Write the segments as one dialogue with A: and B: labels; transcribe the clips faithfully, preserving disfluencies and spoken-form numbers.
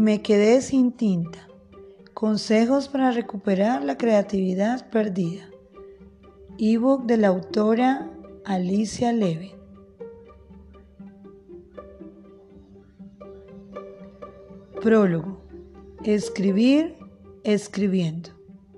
A: Me quedé sin tinta. Consejos para recuperar la creatividad perdida. Ebook de la autora Alicia Levin. Prólogo. Escribir escribiendo.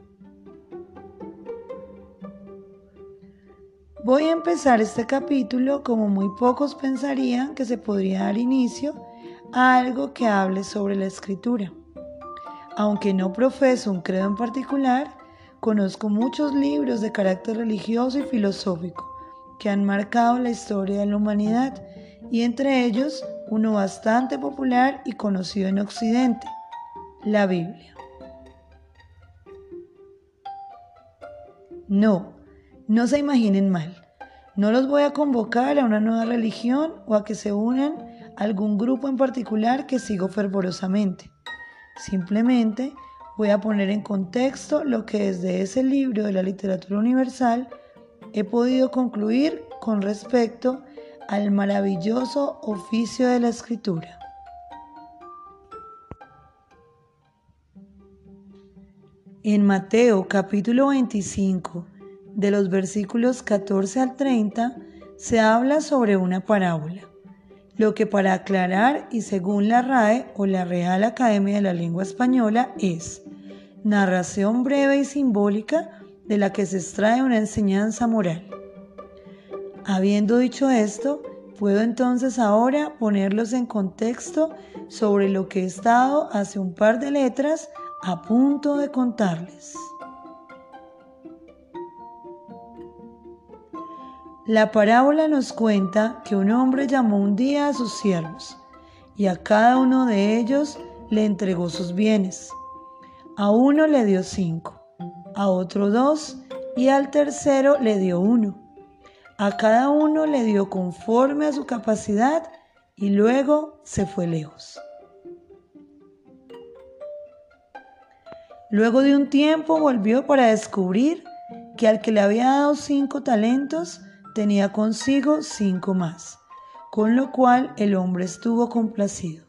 A: Voy a empezar este capítulo como muy pocos pensarían que se podría dar inicio a algo que hable sobre la escritura. Aunque no profeso un credo en particular, conozco muchos libros de carácter religioso y filosófico que han marcado la historia de la humanidad, y entre ellos uno bastante popular y conocido en Occidente, la Biblia. No, no se imaginen mal. No los voy a convocar a una nueva religión o a que se unan a algún grupo en particular que sigo fervorosamente. Simplemente voy a poner en contexto lo que desde ese libro de la literatura universal he podido concluir con respecto al maravilloso oficio de la escritura. En Mateo capítulo veinticinco, de los versículos catorce al treinta, se habla sobre una parábola, lo que para aclarar y según la R A E o la Real Academia de la Lengua Española es narración breve y simbólica de la que se extrae una enseñanza moral. Habiendo dicho esto, puedo entonces ahora ponerlos en contexto sobre lo que he estado hace un par de letras a punto de contarles. La parábola nos cuenta que un hombre llamó un día a sus siervos y a cada uno de ellos le entregó sus bienes. A uno le dio cinco, a otro dos y al tercero le dio uno. A cada uno le dio conforme a su capacidad y luego se fue lejos. Luego de un tiempo volvió para descubrir que al que le había dado cinco talentos tenía consigo cinco más, con lo cual el hombre estuvo complacido.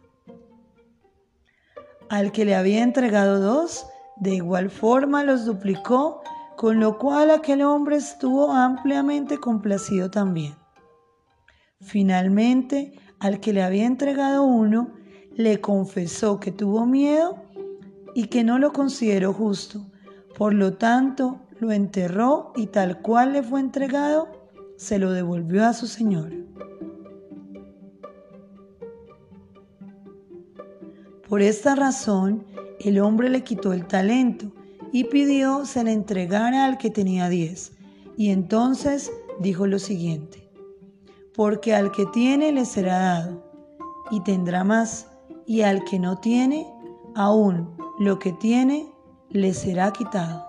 A: Al que le había entregado dos, de igual forma los duplicó, con lo cual aquel hombre estuvo ampliamente complacido también. Finalmente, al que le había entregado uno, le confesó que tuvo miedo y que no lo consideró justo. Por lo tanto, lo enterró y tal cual le fue entregado, se lo devolvió a su señor. Por esta razón, el hombre le quitó el talento y pidió se le entregara al que tenía diez. Y entonces dijo lo siguiente: porque al que tiene le será dado, y tendrá más, y al que no tiene, aún lo que tiene le será quitado.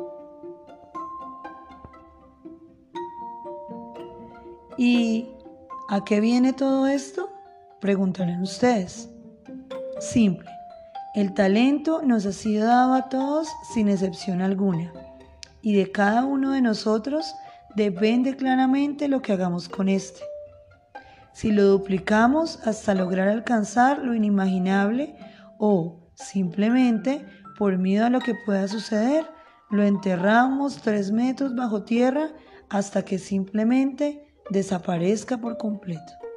A: ¿Y a qué viene todo esto?, preguntarán ustedes. Simple. El talento nos ha sido dado a todos sin excepción alguna, y de cada uno de nosotros depende claramente lo que hagamos con este. Si lo duplicamos hasta lograr alcanzar lo inimaginable, o simplemente por miedo a lo que pueda suceder, lo enterramos tres metros bajo tierra hasta que simplemente desaparezca por completo.